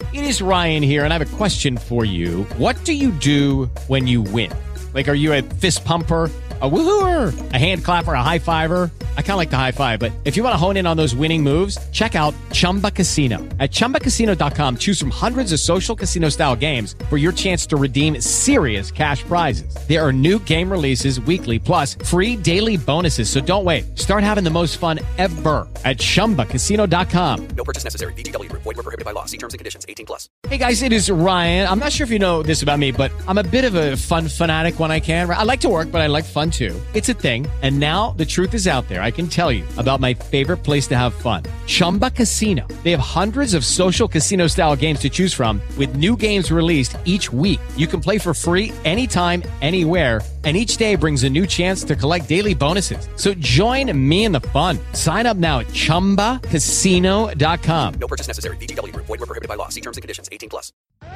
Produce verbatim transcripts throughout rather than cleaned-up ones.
It is Ryan here, and I have a question for you. What do you do when you win? Like, are you a fist pumper, a woohooer, a hand clapper, a high fiver? I kind of like the high five, but if you want to hone in on those winning moves, check out Chumba Casino. At chumba casino dot com, choose from hundreds of social casino style games for your chance to redeem serious cash prizes. There are new game releases weekly, plus free daily bonuses. So don't wait. Start having the most fun ever at chumba casino dot com. No purchase necessary. V G W Group. Void where prohibited by law. See terms and conditions. eighteen plus. Hey guys, it is Ryan. I'm not sure if you know this about me, but I'm a bit of a fun fanatic when I can. I like to work, but I like fun too. It's a thing. And now the truth is out there. I can tell you about my favorite place to have fun. Chumba Casino. They have hundreds of social casino style games to choose from with new games released each week. You can play for free anytime, anywhere. And each day brings a new chance to collect daily bonuses. So join me in the fun. Sign up now at chumba casino dot com. No purchase necessary. V G W Group. Void where prohibited by law. See terms and conditions. eighteen plus.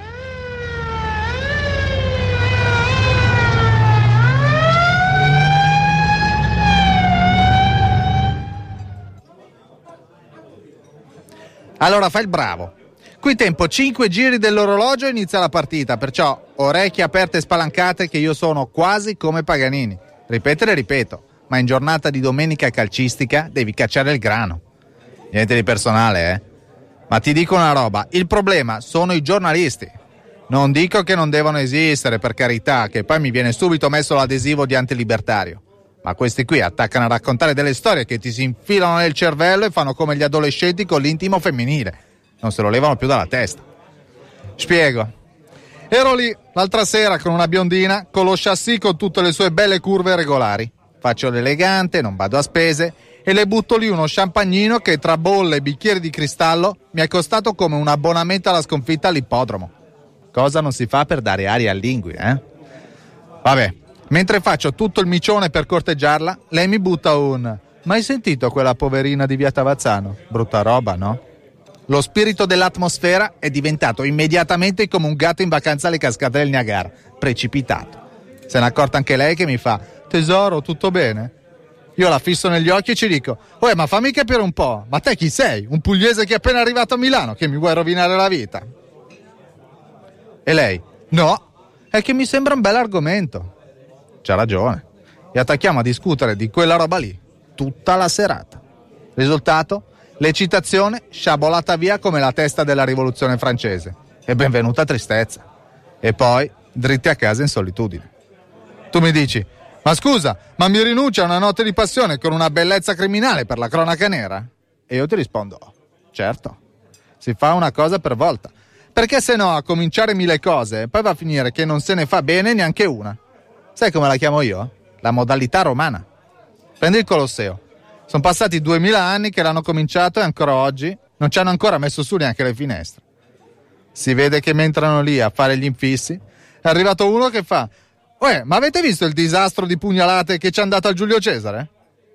Allora fai il bravo. Qui tempo cinque giri dell'orologio e inizia la partita, perciò orecchie aperte e spalancate che io sono quasi come Paganini. Ripetere, ripeto, ma in giornata di domenica calcistica devi cacciare il grano. Niente di personale, eh? Ma ti dico una roba, il problema sono i giornalisti. Non dico che non devono esistere, per carità, che poi mi viene subito messo l'adesivo di antilibertario. Ma questi qui attaccano a raccontare delle storie che ti si infilano nel cervello e fanno come gli adolescenti con l'intimo femminile. Non se lo levano più dalla testa. Spiego. Ero lì l'altra sera con una biondina, con lo chassis con tutte le sue belle curve regolari. Faccio l'elegante, non vado a spese e le butto lì uno champagnino che tra bolle e bicchieri di cristallo mi è costato come un abbonamento alla sconfitta all'ippodromo. Cosa non si fa per dare aria al lingue, eh? Vabbè. Mentre faccio tutto il micione per corteggiarla, lei mi butta un "ma hai sentito quella poverina di via Tavazzano? Brutta roba, no?" Lo spirito dell'atmosfera è diventato immediatamente come un gatto in vacanza alle cascate del Niagara, precipitato. Se n'è accorta anche lei che mi fa "tesoro, tutto bene?" Io la fisso negli occhi e ci dico "Uè, ma fammi capire un po', ma te chi sei? Un pugliese che è appena arrivato a Milano, che mi vuoi rovinare la vita?" E lei "no, è che mi sembra un bel argomento." C'ha ragione. E attacchiamo a discutere di quella roba lì tutta la serata. Risultato? L'eccitazione sciabolata via come la testa della rivoluzione francese. E benvenuta tristezza. E poi dritti a casa in solitudine. Tu mi dici, ma scusa, ma mi rinuncia a una notte di passione con una bellezza criminale per la cronaca nera? E io ti rispondo, certo. Si fa una cosa per volta. Perché se no, a cominciare mille cose, poi va a finire che non se ne fa bene neanche una. Sai come la chiamo io? La modalità romana. Prendi il Colosseo. Sono passati duemila anni che l'hanno cominciato e ancora oggi non ci hanno ancora messo su neanche le finestre. Si vede che mentre erano lì a fare gli infissi, è arrivato uno che fa "Uè, ma avete visto il disastro di pugnalate che ci è andato al Giulio Cesare?"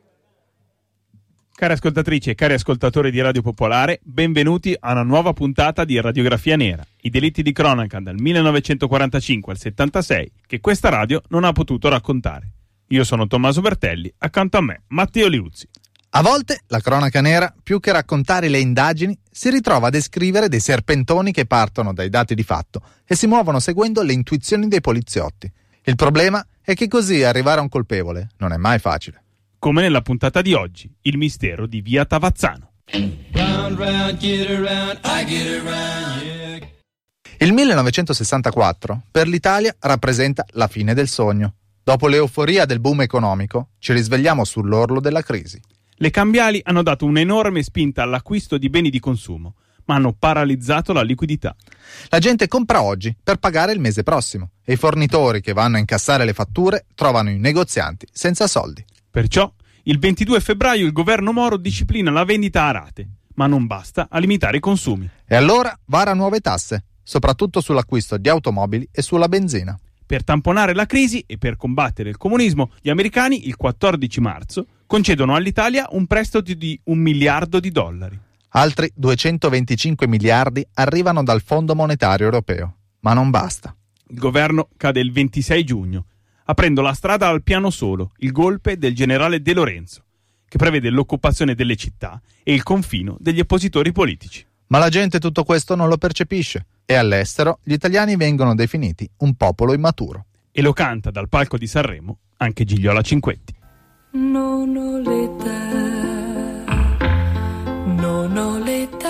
Cari ascoltatrici e cari ascoltatori di Radio Popolare, benvenuti a una nuova puntata di Radiografia Nera, i delitti di cronaca dal millenovecentoquarantacinque al settantasei che questa radio non ha potuto raccontare. Io sono Tommaso Bertelli, accanto a me Matteo Liuzzi. A volte la cronaca nera, più che raccontare le indagini, si ritrova a descrivere dei serpentoni che partono dai dati di fatto e si muovono seguendo le intuizioni dei poliziotti. Il problema è che così arrivare a un colpevole non è mai facile. Come nella puntata di oggi, il mistero di via Tavazzano. Round, round, get around, I get around, yeah. Il millenovecentosessantaquattro per l'Italia rappresenta la fine del sogno. Dopo l'euforia del boom economico, ci risvegliamo sull'orlo della crisi. Le cambiali hanno dato un'enorme spinta all'acquisto di beni di consumo, ma hanno paralizzato la liquidità. La gente compra oggi per pagare il mese prossimo e i fornitori che vanno a incassare le fatture trovano i negozianti senza soldi. Perciò, il ventidue febbraio il governo Moro disciplina la vendita a rate, ma non basta a limitare i consumi. E allora vara nuove tasse, soprattutto sull'acquisto di automobili e sulla benzina. Per tamponare la crisi e per combattere il comunismo, gli americani il quattordici marzo concedono all'Italia un prestito di un miliardo di dollari. Altri duecentoventicinque miliardi arrivano dal Fondo Monetario Europeo, ma non basta. Il governo cade il ventisei giugno, aprendo la strada al piano solo, il golpe del generale De Lorenzo, che prevede l'occupazione delle città e il confino degli oppositori politici. Ma la gente tutto questo non lo percepisce e all'estero gli italiani vengono definiti un popolo immaturo. E lo canta dal palco di Sanremo anche Gigliola Cinquetti. Non ho l'età, non ho l'età.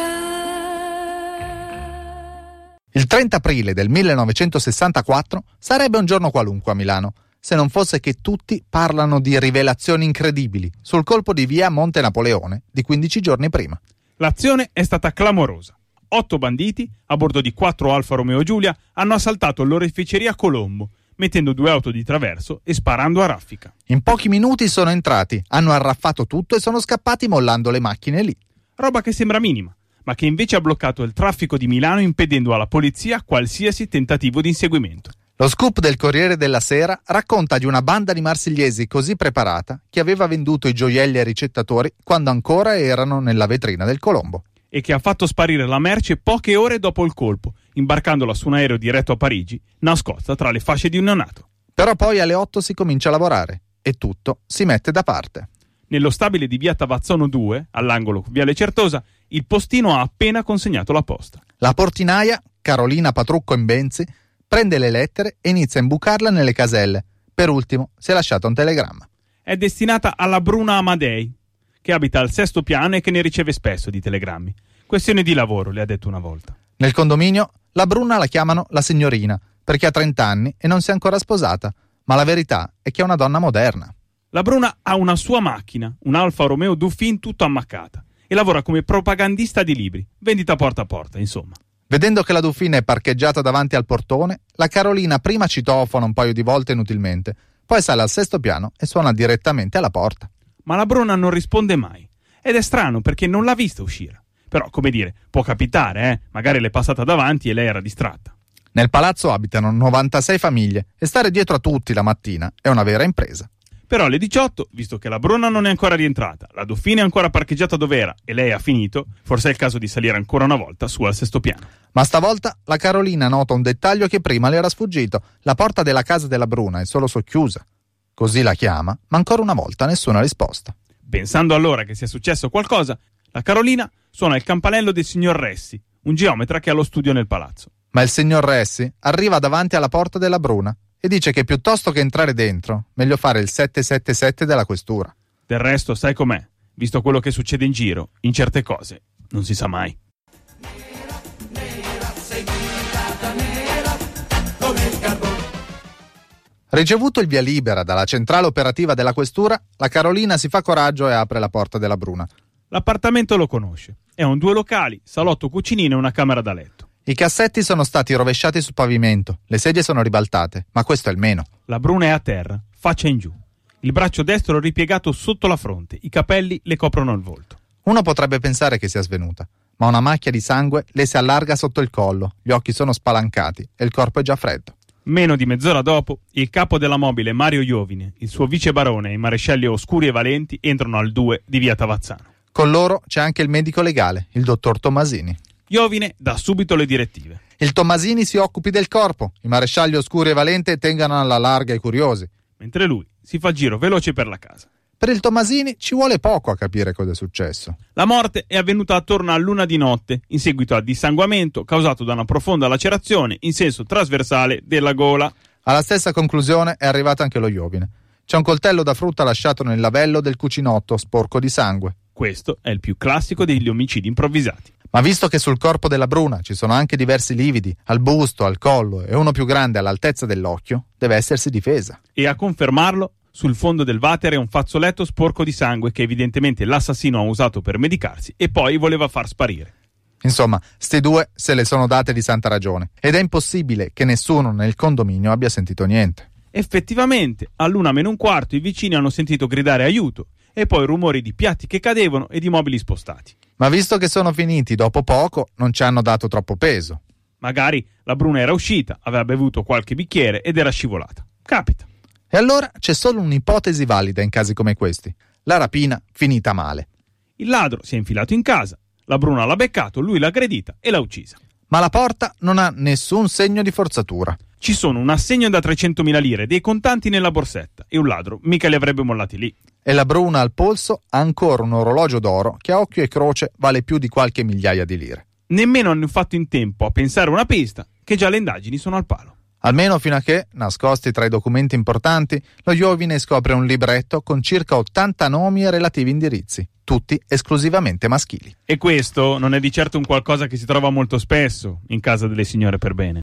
Il trenta aprile del millenovecentosessantaquattro sarebbe un giorno qualunque a Milano, se non fosse che tutti parlano di rivelazioni incredibili sul colpo di via Monte Napoleone di quindici giorni prima. L'azione è stata clamorosa. Otto banditi, a bordo di quattro Alfa Romeo Giulia, hanno assaltato l'oreficeria Colombo, mettendo due auto di traverso e sparando a raffica. In pochi minuti sono entrati, hanno arraffato tutto e sono scappati mollando le macchine lì. Roba che sembra minima, ma che invece ha bloccato il traffico di Milano impedendo alla polizia qualsiasi tentativo di inseguimento. Lo scoop del Corriere della Sera racconta di una banda di marsigliesi così preparata che aveva venduto i gioielli ai ricettatori quando ancora erano nella vetrina del Colombo. E che ha fatto sparire la merce poche ore dopo il colpo, imbarcandola su un aereo diretto a Parigi, nascosta tra le fasce di un neonato. Però poi alle otto si comincia a lavorare e tutto si mette da parte. Nello stabile di via Tavazzono due, all'angolo con viale Certosa, il postino ha appena consegnato la posta. La portinaia, Carolina Patrucco Imbenzi, prende le lettere e inizia a imbucarle nelle caselle. Per ultimo si è lasciato un telegramma. È destinata alla Bruna Amadei, che abita al sesto piano e che ne riceve spesso di telegrammi. Questione di lavoro, le ha detto una volta. Nel condominio la Bruna la chiamano la signorina, perché ha trenta anni e non si è ancora sposata, ma la verità è che è una donna moderna. La Bruna ha una sua macchina, un Alfa Romeo Dauphine tutto ammaccata, e lavora come propagandista di libri, vendita porta a porta, insomma. Vedendo che la Dauphine è parcheggiata davanti al portone, la Carolina prima citofona un paio di volte inutilmente, poi sale al sesto piano e suona direttamente alla porta. Ma la Bruna non risponde mai, ed è strano perché non l'ha vista uscire. Però, come dire, può capitare, eh? Magari le è passata davanti e lei era distratta. Nel palazzo abitano novantasei famiglie e stare dietro a tutti la mattina è una vera impresa. Però alle diciotto, visto che la Bruna non è ancora rientrata, la Dauphine è ancora parcheggiata dove era e lei ha finito, forse è il caso di salire ancora una volta su al sesto piano. Ma stavolta la Carolina nota un dettaglio che prima le era sfuggito. La porta della casa della Bruna è solo socchiusa. Così la chiama, ma ancora una volta nessuna risposta. Pensando allora che sia successo qualcosa, la Carolina suona il campanello del signor Ressi, un geometra che ha lo studio nel palazzo. Ma il signor Ressi arriva davanti alla porta della Bruna e dice che piuttosto che entrare dentro, meglio fare il sette sette sette della questura. Del resto, sai com'è? Visto quello che succede in giro, in certe cose, non si sa mai. Nera, nera, sei diventata nera come il carbone. Ricevuto il via libera dalla centrale operativa della questura, la Carolina si fa coraggio e apre la porta della Bruna. L'appartamento lo conosce. È un due locali, salotto, cucinino e una camera da letto. I cassetti sono stati rovesciati sul pavimento, le sedie sono ribaltate, ma questo è il meno. La Bruna è a terra, faccia in giù. Il braccio destro ripiegato sotto la fronte, i capelli le coprono il volto. Uno potrebbe pensare che sia svenuta, ma una macchia di sangue le si allarga sotto il collo, gli occhi sono spalancati e il corpo è già freddo. Meno di mezz'ora dopo, il capo della mobile Mario Iovine, il suo vice barone e i marescialli Oscuri e Valenti entrano al due di via Tavazzano. Con loro c'è anche il medico legale, il dottor Tommasini. Iovine dà subito le direttive. Il Tommasini si occupi del corpo, i marescialli Oscuri e Valente tengano alla larga i curiosi. Mentre lui si fa il giro veloce per la casa. Per il Tommasini ci vuole poco a capire cosa è successo. La morte è avvenuta attorno a l'una di notte, in seguito a dissanguamento causato da una profonda lacerazione in senso trasversale della gola. Alla stessa conclusione è arrivato anche lo Iovine. C'è un coltello da frutta lasciato nel lavello del cucinotto, sporco di sangue. Questo è il più classico degli omicidi improvvisati. Ma visto che sul corpo della Bruna ci sono anche diversi lividi, al busto, al collo e uno più grande all'altezza dell'occhio, deve essersi difesa. E a confermarlo, sul fondo del water è un fazzoletto sporco di sangue che evidentemente l'assassino ha usato per medicarsi e poi voleva far sparire. Insomma, sti due se le sono date di santa ragione ed è impossibile che nessuno nel condominio abbia sentito niente. Effettivamente, all'una meno un quarto i vicini hanno sentito gridare aiuto e poi rumori di piatti che cadevano e di mobili spostati. Ma visto che sono finiti dopo poco, non ci hanno dato troppo peso. Magari la Bruna era uscita, aveva bevuto qualche bicchiere ed era scivolata. Capita. E allora c'è solo un'ipotesi valida in casi come questi. La rapina finita male. Il ladro si è infilato in casa, la Bruna l'ha beccato, lui l'ha aggredita e l'ha uccisa. Ma la porta non ha nessun segno di forzatura. Ci sono un assegno da trecentomila lire, dei contanti nella borsetta e un ladro mica li avrebbe mollati lì. E la Bruna al polso ha ancora un orologio d'oro che a occhio e croce vale più di qualche migliaia di lire. Nemmeno hanno fatto in tempo a pensare una pista che già le indagini sono al palo. Almeno fino a che, nascosti tra i documenti importanti, lo Iovine scopre un libretto con circa ottanta nomi e relativi indirizzi, tutti esclusivamente maschili. E questo non è di certo un qualcosa che si trova molto spesso in casa delle signore per bene.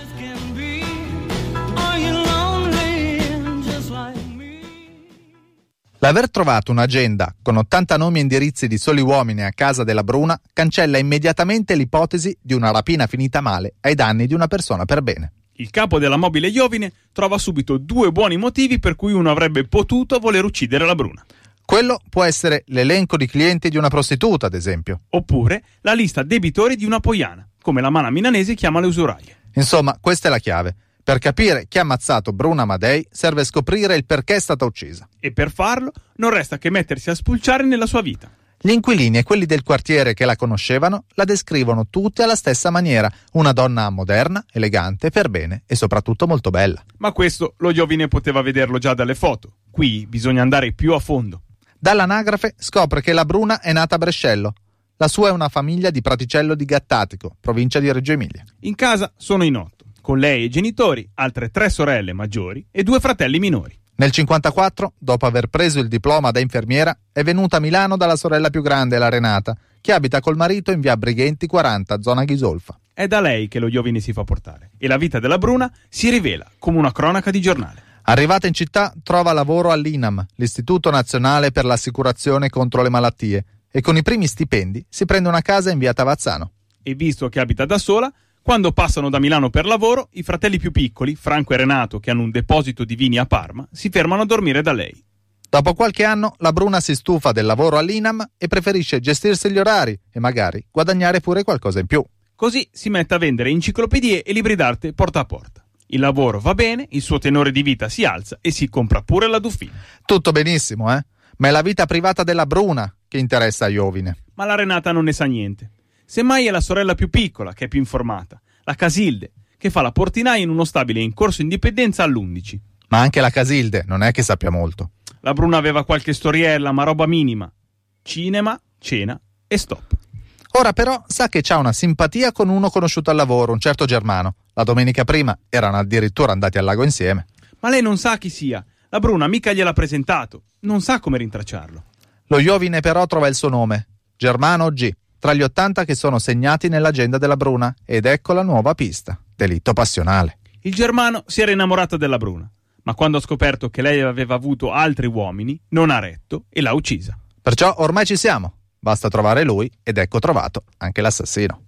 L'aver trovato un'agenda con ottanta nomi e indirizzi di soli uomini a casa della Bruna cancella immediatamente l'ipotesi di una rapina finita male ai danni di una persona per bene. Il capo della mobile Iovine trova subito due buoni motivi per cui uno avrebbe potuto voler uccidere la Bruna. Quello può essere l'elenco di clienti di una prostituta, ad esempio. Oppure la lista debitori di una poiana, come la mala milanese chiama le usuraie. Insomma, questa è la chiave. Per capire chi ha ammazzato Bruna Amadei serve scoprire il perché è stata uccisa. E per farlo non resta che mettersi a spulciare nella sua vita. Gli inquilini e quelli del quartiere che la conoscevano la descrivono tutti alla stessa maniera, una donna moderna, elegante, per bene e soprattutto molto bella. Ma questo lo Iovine poteva vederlo già dalle foto. Qui bisogna andare più a fondo. Dall'anagrafe scopre che la Bruna è nata a Brescello. La sua è una famiglia di Praticello di Gattatico, provincia di Reggio Emilia. In casa sono in otto, con lei e i genitori, altre tre sorelle maggiori e due fratelli minori. Nel cinquantaquattro, dopo aver preso il diploma da infermiera, è venuta a Milano dalla sorella più grande, la Renata, che abita col marito in via Brighenti quaranta, zona Ghisolfa. È da lei che lo Iovine si fa portare e la vita della Bruna si rivela come una cronaca di giornale. Arrivata in città, trova lavoro all'I N A M, l'Istituto Nazionale per l'Assicurazione contro le Malattie, e con i primi stipendi si prende una casa in via Tavazzano. E visto che abita da sola, quando passano da Milano per lavoro, i fratelli più piccoli, Franco e Renato, che hanno un deposito di vini a Parma, si fermano a dormire da lei. Dopo qualche anno, la Bruna si stufa del lavoro all'I N A M e preferisce gestirsi gli orari e magari guadagnare pure qualcosa in più. Così si mette a vendere enciclopedie e libri d'arte porta a porta. Il lavoro va bene, il suo tenore di vita si alza e si compra pure la Dufina. Tutto benissimo, eh? Ma è la vita privata della Bruna che interessa a Iovine. Ma la Renata non ne sa niente. Semmai è la sorella più piccola che è più informata, la Casilde, che fa la portinaia in uno stabile in corso Indipendenza all'undici. Ma anche la Casilde non è che sappia molto. La Bruna aveva qualche storiella, ma roba minima. Cinema, cena e stop. Ora però sa che c'ha una simpatia con uno conosciuto al lavoro, un certo Germano. La domenica prima erano addirittura andati al lago insieme. Ma lei non sa chi sia. La Bruna mica gliel'ha presentato. Non sa come rintracciarlo. Lo Iovine però trova il suo nome, Germano G, tra gli ottanta che sono segnati nell'agenda della Bruna, ed ecco la nuova pista, delitto passionale. Il Germano si era innamorato della Bruna, ma quando ha scoperto che lei aveva avuto altri uomini, non ha retto e l'ha uccisa. Perciò ormai ci siamo, basta trovare lui ed ecco trovato anche l'assassino.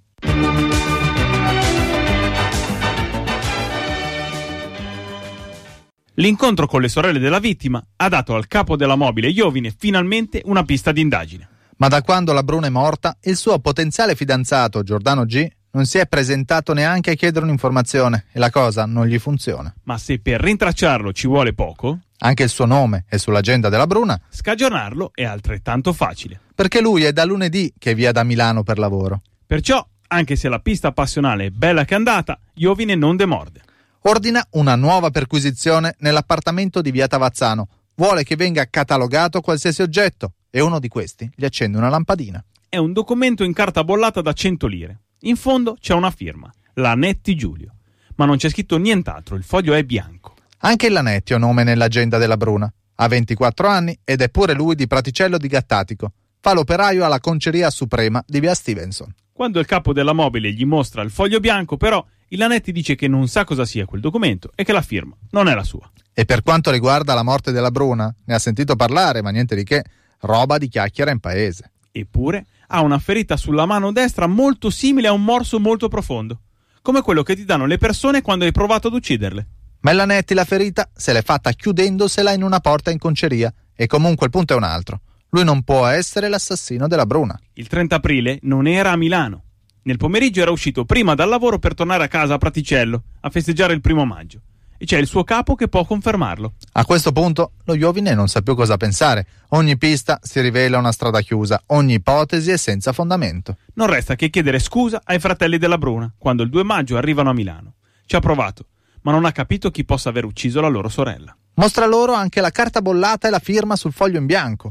L'incontro con le sorelle della vittima ha dato al capo della mobile Iovine finalmente una pista d'indagine. Ma da quando la Bruna è morta, il suo potenziale fidanzato, Giordano G, non si è presentato neanche a chiedere un'informazione e la cosa non gli funziona. Ma se per rintracciarlo ci vuole poco, anche il suo nome è sull'agenda della Bruna, scagionarlo è altrettanto facile. Perché lui è da lunedì che è via da Milano per lavoro. Perciò, anche se la pista passionale è bella che è andata, Iovine non demorde. Ordina una nuova perquisizione nell'appartamento di via Tavazzano. Vuole che venga catalogato qualsiasi oggetto e uno di questi gli accende una lampadina. È un documento in carta bollata da cento lire. In fondo c'è una firma, Lanetti Giulio. Ma non c'è scritto nient'altro, il foglio è bianco. Anche il Lanetti ha nome nell'agenda della Bruna. Ha ventiquattro anni ed è pure lui di Praticello di Gattatico. Fa l'operaio alla Conceria Suprema di via Stevenson. Quando il capo della mobile gli mostra il foglio bianco, però, il Lanetti dice che non sa cosa sia quel documento e che la firma non è la sua. E per quanto riguarda la morte della Bruna, ne ha sentito parlare, ma niente di che, roba di chiacchiera in paese. Eppure ha una ferita sulla mano destra molto simile a un morso molto profondo, come quello che ti danno le persone quando hai provato ad ucciderle. Ma il Lanetti la ferita se l'è fatta chiudendosela in una porta in Conceria, e comunque il punto è un altro. Lui non può essere l'assassino della Bruna. Il trenta aprile non era a Milano. Nel pomeriggio era uscito prima dal lavoro per tornare a casa a Praticello a festeggiare il primo maggio. E c'è il suo capo che può confermarlo. A questo punto lo Iovine non sa più cosa pensare. Ogni pista si rivela una strada chiusa, ogni ipotesi è senza fondamento. Non resta che chiedere scusa ai fratelli della Bruna quando il due maggio arrivano a Milano. Ci ha provato, ma non ha capito chi possa aver ucciso la loro sorella. Mostra loro anche la carta bollata e la firma sul foglio in bianco.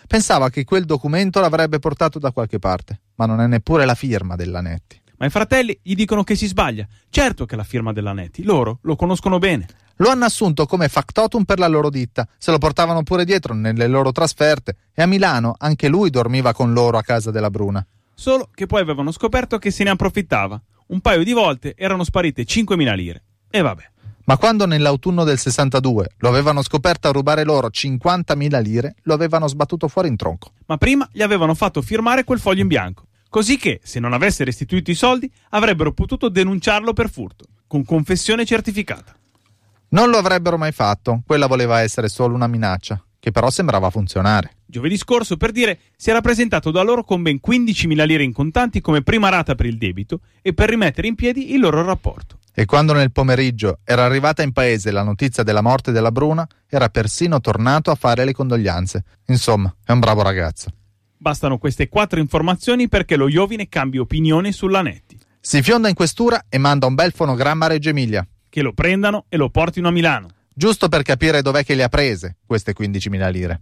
Pensava che quel documento l'avrebbe portato da qualche parte, ma non è neppure la firma del Lanetti. Ma i fratelli gli dicono che si sbaglia. Certo che è la firma del Lanetti, loro lo conoscono bene. Lo hanno assunto come factotum per la loro ditta, se lo portavano pure dietro nelle loro trasferte, e a Milano anche lui dormiva con loro a casa della Bruna. Solo che poi avevano scoperto che se ne approfittava. Un paio di volte erano sparite cinquemila lire. E vabbè. Ma quando nell'autunno del sessantadue lo avevano scoperto a rubare loro cinquantamila lire, lo avevano sbattuto fuori in tronco. Ma prima gli avevano fatto firmare quel foglio in bianco, così che, se non avesse restituito i soldi, avrebbero potuto denunciarlo per furto, con confessione certificata. Non lo avrebbero mai fatto, quella voleva essere solo una minaccia, che però sembrava funzionare. Giovedì scorso, per dire, si era presentato da loro con ben quindicimila lire in contanti come prima rata per il debito e per rimettere in piedi il loro rapporto. E quando nel pomeriggio era arrivata in paese la notizia della morte della Bruna, era persino tornato a fare le condoglianze. Insomma, è un bravo ragazzo. Bastano queste quattro informazioni perché lo Iovine cambi opinione sul Lanetti. Si fionda in questura e manda un bel fonogramma a Reggio Emilia. Che lo prendano e lo portino a Milano. Giusto per capire dov'è che le ha prese, queste quindicimila lire.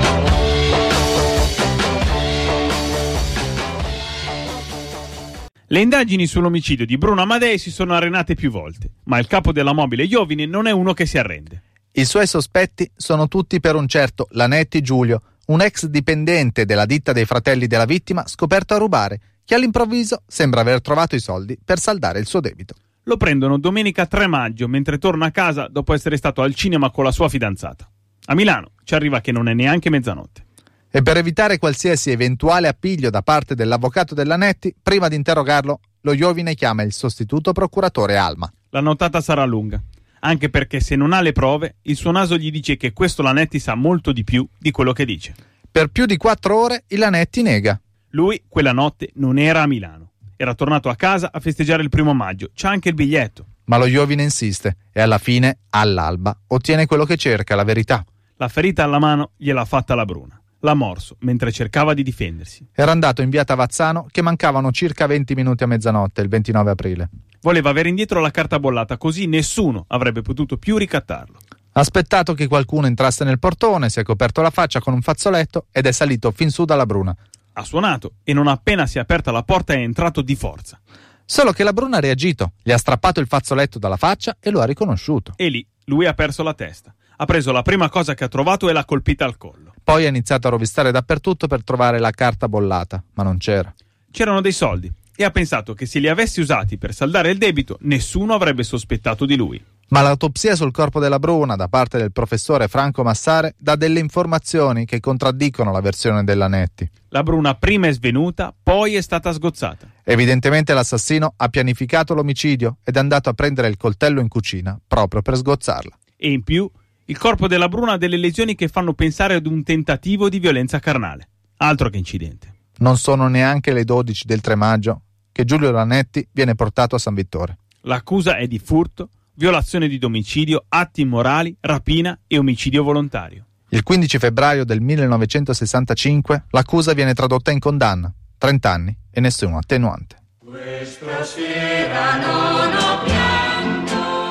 Le indagini sull'omicidio di Bruno Amadei si sono arenate più volte, ma il capo della mobile Iovine non è uno che si arrende. I suoi sospetti sono tutti per un certo Lanetti Giulio, un ex dipendente della ditta dei fratelli della vittima scoperto a rubare, che all'improvviso sembra aver trovato i soldi per saldare il suo debito. Lo prendono domenica tre maggio mentre torna a casa dopo essere stato al cinema con la sua fidanzata. A Milano ci arriva che non è neanche mezzanotte. E per evitare qualsiasi eventuale appiglio da parte dell'avvocato del Lanetti, prima di interrogarlo, lo Iovine chiama il sostituto procuratore Alma. La nottata sarà lunga, anche perché se non ha le prove, il suo naso gli dice che questo Lanetti sa molto di più di quello che dice. Per più di quattro ore il Lanetti nega. Lui quella notte non era a Milano. Era tornato a casa a festeggiare il primo maggio. C'ha anche il biglietto. Ma lo Iovine insiste e alla fine, all'alba, ottiene quello che cerca, la verità. La ferita alla mano gliel'ha fatta la Bruna. L'ha morso mentre cercava di difendersi. Era andato in via Tavazzano che mancavano circa venti minuti a mezzanotte, il ventinove aprile. Voleva avere indietro la carta bollata, così nessuno avrebbe potuto più ricattarlo. Ha aspettato che qualcuno entrasse nel portone, si è coperto la faccia con un fazzoletto ed è salito fin su dalla Bruna. Ha suonato e non appena si è aperta la porta è entrato di forza. Solo che la Bruna ha reagito, gli ha strappato il fazzoletto dalla faccia e lo ha riconosciuto. E lì lui ha perso la testa. Ha preso la prima cosa che ha trovato e l'ha colpita al collo. Poi ha iniziato a rovistare dappertutto per trovare la carta bollata, ma non c'era. C'erano dei soldi e ha pensato che se li avessi usati per saldare il debito nessuno avrebbe sospettato di lui. Ma l'autopsia sul corpo della Bruna da parte del professore Franco Massare dà delle informazioni che contraddicono la versione del Lanetti. La Bruna prima è svenuta, poi è stata sgozzata. Evidentemente l'assassino ha pianificato l'omicidio ed è andato a prendere il coltello in cucina proprio per sgozzarla. E in più il corpo della Bruna ha delle lesioni che fanno pensare ad un tentativo di violenza carnale. Altro che incidente. Non sono neanche le dodici del tre maggio che Giulio Lanetti viene portato a San Vittore. L'accusa è di furto, violazione di domicilio, atti immorali, rapina e omicidio volontario. Il quindici febbraio del millenovecentosessantacinque l'accusa viene tradotta in condanna, trenta anni e nessuno attenuante. Questa sera non ho pianto.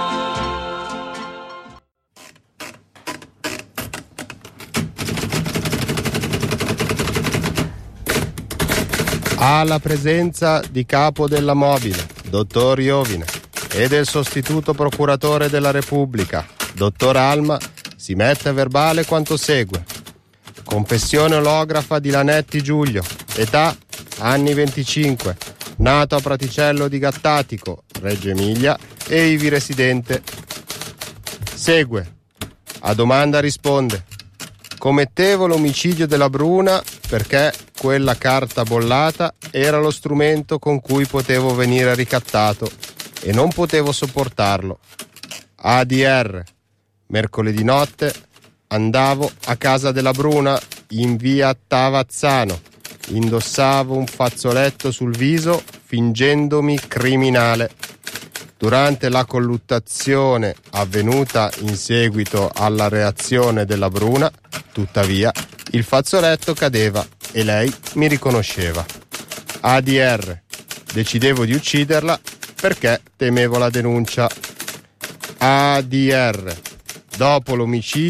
Ha la presenza di capo della mobile, dottor Iovine, e del sostituto procuratore della Repubblica, dottor Alma, si mette a verbale quanto segue. Confessione olografa di Lanetti Giulio, età anni venticinque, nato a Praticello di Gattatico, Reggio Emilia, e ivi residente. Segue. A domanda risponde: commettevo l'omicidio della Bruna perché quella carta bollata era lo strumento con cui potevo venire ricattato e non potevo sopportarlo. A D R. Mercoledì notte andavo a casa della Bruna in via Tavazzano. Indossavo un fazzoletto sul viso fingendomi criminale. Durante la colluttazione avvenuta in seguito alla reazione della Bruna, tuttavia, il fazzoletto cadeva e lei mi riconosceva. A D R. Decidevo di ucciderla perché temevo la denuncia. A D R. Dopo l'omicidio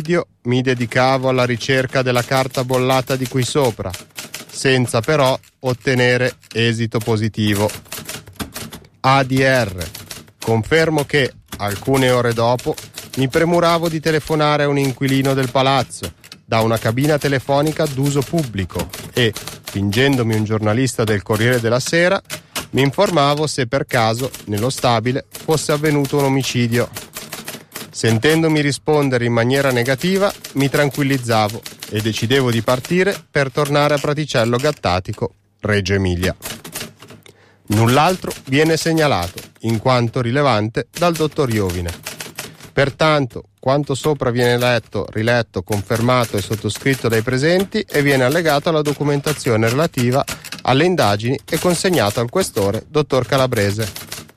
mi dedicavo alla ricerca della carta bollata di qui sopra, senza però ottenere esito positivo. A D R. Confermo che, alcune ore dopo, mi premuravo di telefonare a un inquilino del palazzo da una cabina telefonica d'uso pubblico e, fingendomi un giornalista del Corriere della Sera, mi informavo se per caso, nello stabile, fosse avvenuto un omicidio. Sentendomi rispondere in maniera negativa, mi tranquillizzavo e decidevo di partire per tornare a Praticello Gattatico, Reggio Emilia. Null'altro viene segnalato, in quanto rilevante, dal dottor Iovine. Pertanto, quanto sopra viene letto, riletto, confermato e sottoscritto dai presenti e viene allegato alla documentazione relativa alle indagini e consegnato al questore, dottor Calabrese.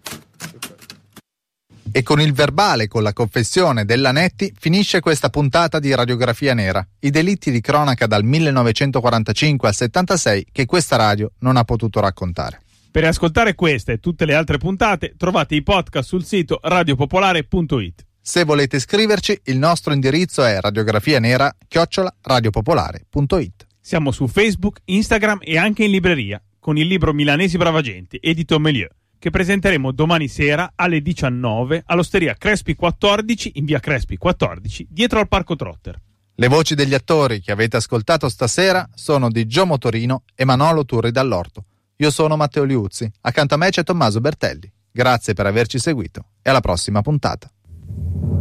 E con il verbale con la confessione della Netti finisce questa puntata di Radiografia Nera, i delitti di cronaca dal millenovecentoquarantacinque al settantasei che questa radio non ha potuto raccontare. Per ascoltare questa e tutte le altre puntate trovate i podcast sul sito radiopopolare punto it. Se volete scriverci, il nostro indirizzo è radiografianera chiocciola radiopopolare punto it. Siamo su Facebook, Instagram e anche in libreria con il libro Milanesi Bravagenti, edito Melieu, che presenteremo domani sera alle diciannove all'Osteria Crespi quattordici in via Crespi quattordici, dietro al Parco Trotter. Le voci degli attori che avete ascoltato stasera sono di Gio Motorino e Manolo Turri dall'Orto. Io sono Matteo Liuzzi, accanto a me c'è Tommaso Bertelli. Grazie per averci seguito e alla prossima puntata.